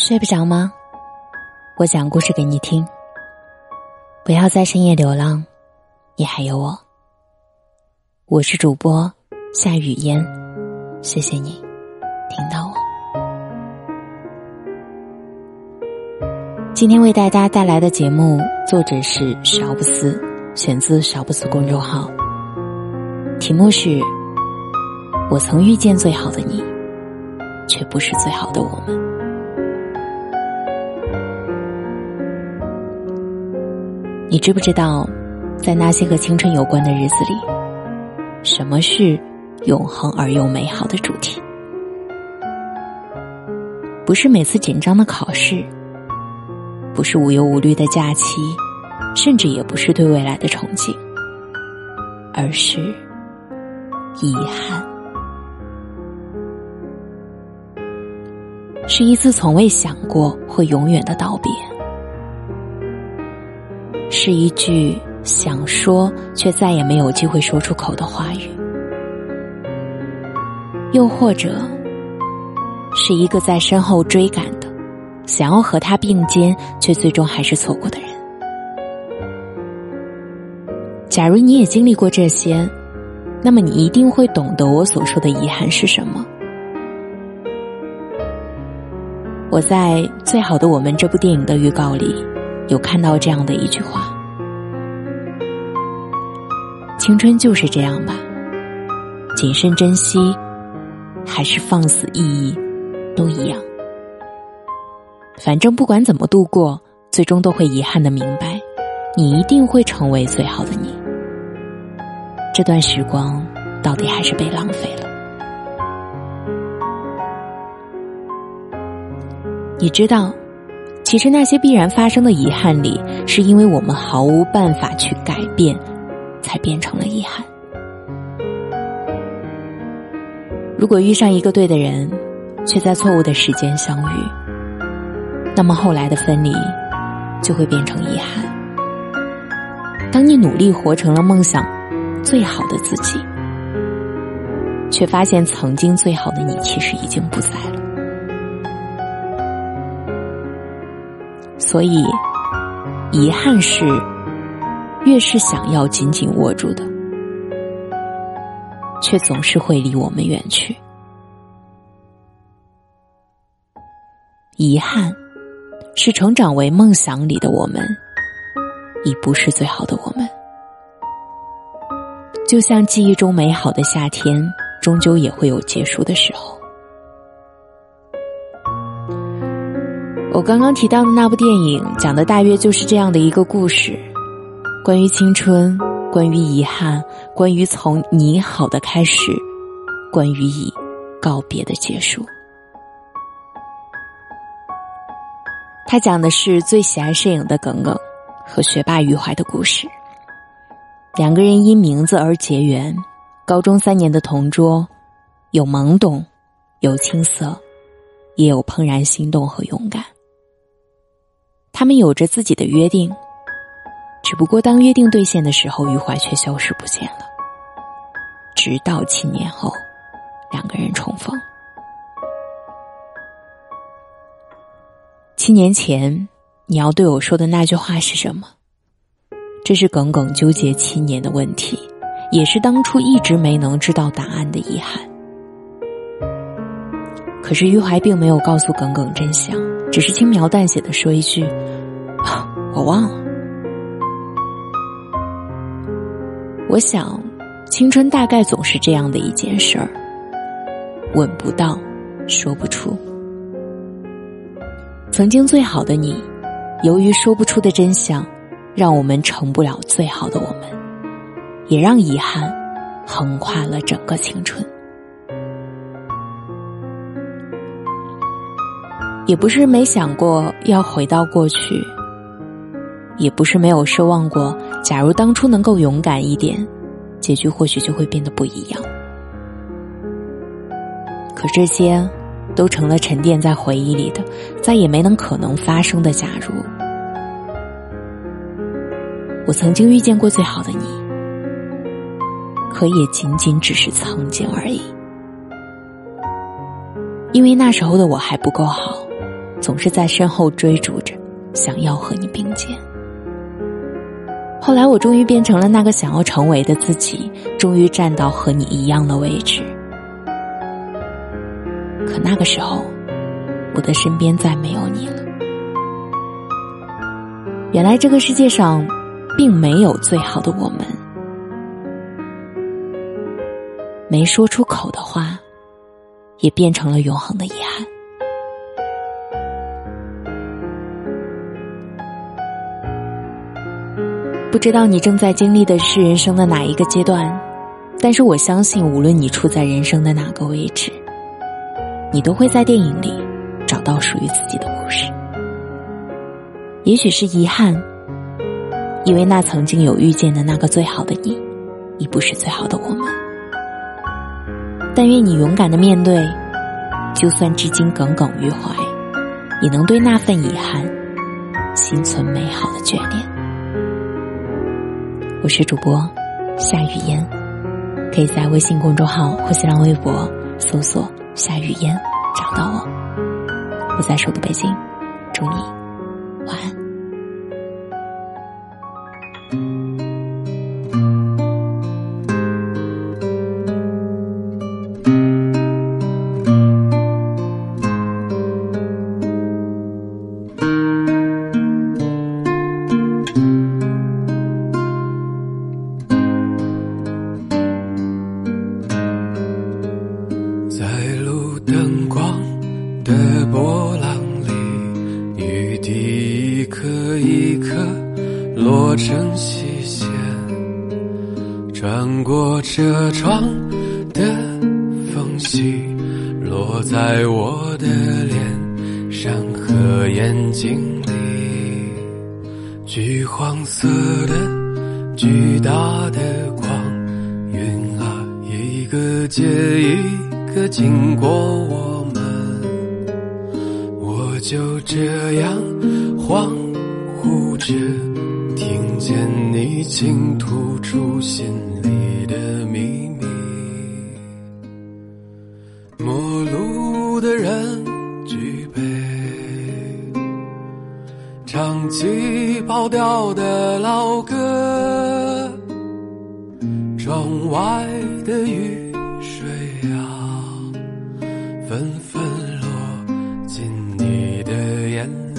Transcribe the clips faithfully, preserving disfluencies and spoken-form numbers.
睡不着吗？我讲故事给你听。不要在深夜流浪，你还有我。我是主播夏雨嫣，谢谢你听到我。今天为大家带来的节目，作者是少不思，选自少不思公众号。题目是我曾遇见最好的你，却不是最好的我们。你知不知道，在那些和青春有关的日子里，什么是永恒而又美好的主题？不是每次紧张的考试，不是无忧无虑的假期，甚至也不是对未来的憧憬，而是遗憾。是一次从未想过会永远的道别，是一句想说却再也没有机会说出口的话语，又或者是一个在身后追赶的，想要和他并肩却最终还是错过的人。假如你也经历过这些，那么你一定会懂得我所说的遗憾是什么。我在《最好的我们》这部电影的预告里有看到这样的一句话：青春就是这样吧，谨慎珍惜还是放肆意义都一样，反正不管怎么度过，最终都会遗憾地明白，你一定会成为最好的你。这段时光到底还是被浪费了。你知道，其实那些必然发生的遗憾里，是因为我们毫无办法去改变，才变成了遗憾。如果遇上一个对的人，却在错误的时间相遇，那么后来的分离就会变成遗憾。当你努力活成了梦想最好的自己，却发现曾经最好的你其实已经不在了。所以遗憾是越是想要紧紧握住的，却总是会离我们远去。遗憾是成长为梦想里的我们，已不是最好的我们。就像记忆中美好的夏天，终究也会有结束的时候。我刚刚提到的那部电影讲的大约就是这样的一个故事，关于青春，关于遗憾，关于从你好的开始，关于以告别的结束。他讲的是最喜爱摄影的耿耿和学霸余淮的故事。两个人因名字而结缘，高中三年的同桌，有懵懂，有青涩，也有怦然心动和勇敢。他们有着自己的约定，只不过当约定兑现的时候，余淮却消失不见了。直到七年后，两个人重逢。七年前，你要对我说的那句话是什么？这是耿耿纠结七年的问题，也是当初一直没能知道答案的遗憾。可是余淮并没有告诉耿耿真相，只是轻描淡写地说一句：啊，我忘了。我想，青春大概总是这样的一件事儿，吻不到，说不出。曾经最好的你，由于说不出的真相，让我们成不了最好的我们，也让遗憾横跨了整个青春。也不是没想过要回到过去，也不是没有奢望过假如当初能够勇敢一点，结局或许就会变得不一样。可这些都成了沉淀在回忆里的，再也没能可能发生的假如。我曾经遇见过最好的你，可也仅仅只是曾经而已。因为那时候的我还不够好， 总是在身后追逐着，想要和你并肩。后来我终于变成了那个想要成为的自己，终于站到和你一样的位置。可那个时候，我的身边再没有你了。原来这个世界上并没有最好的我们，没说出口的话也变成了永恒的遗憾。不知道你正在经历的是人生的哪一个阶段，但是我相信无论你处在人生的哪个位置，你都会在电影里找到属于自己的故事。也许是遗憾，因为那曾经有遇见的那个最好的你，已不是最好的我们。但愿你勇敢地面对，就算至今耿耿于怀，也能对那份遗憾心存美好的眷恋。我是主播夏雨嫣，可以在微信公众号或新浪微博搜索夏雨嫣找到我。我在首都北京，祝你晚安。 灯光的波浪里，雨滴一颗一颗落成细线，穿过车窗的缝隙，落在我的脸上和眼睛里。橘黄色的巨大的光晕啊，一个接一个经过我们，我就这样恍惚着听见你倾吐出心里的秘密。陌路的人举杯，唱起跑调的老歌，窗外的雨水啊，纷纷落进你的眼里。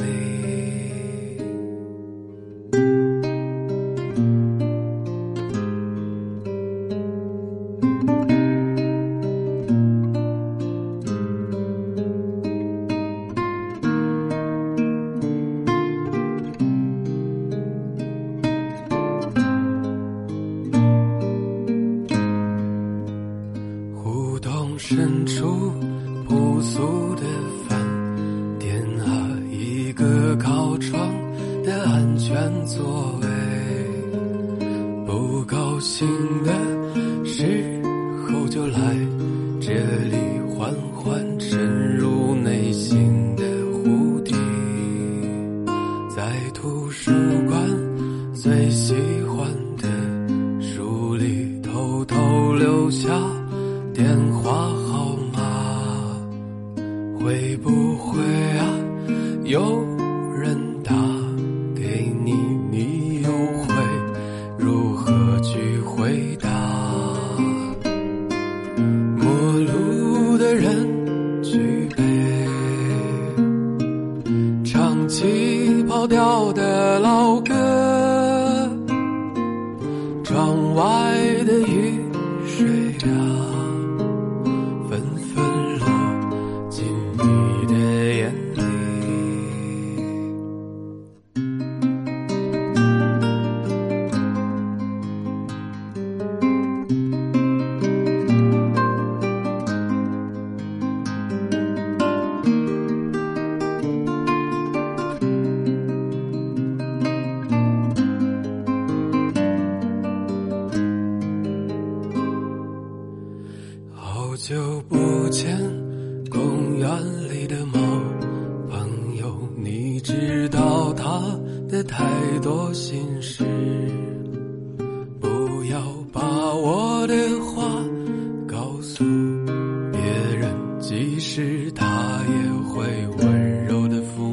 胡同深处朴素的饭店啊，一个靠窗的安全座位，不高兴的时候就来这里缓缓沉入内心的湖底，在图书馆最喜欢的书里偷偷留下电话号码，会不会啊有人打给你，你又会如何去回答？陌路的人举杯，唱起跑调的老歌，窗外的雨水啊，纷纷落进你的眼里。好久不见，公园里的猫朋友，你知道他的太多心事，不要把我的话告诉别人，即使他也会温柔地抚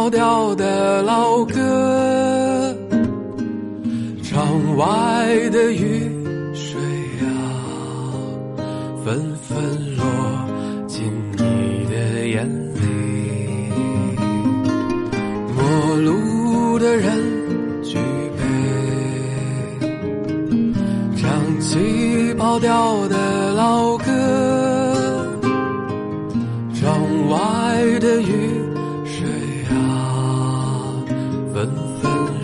跑调的老歌，窗外的雨水啊，纷纷落进你的眼里。陌路的人举杯，唱起跑调的老歌，窗外的雨水啊，纷纷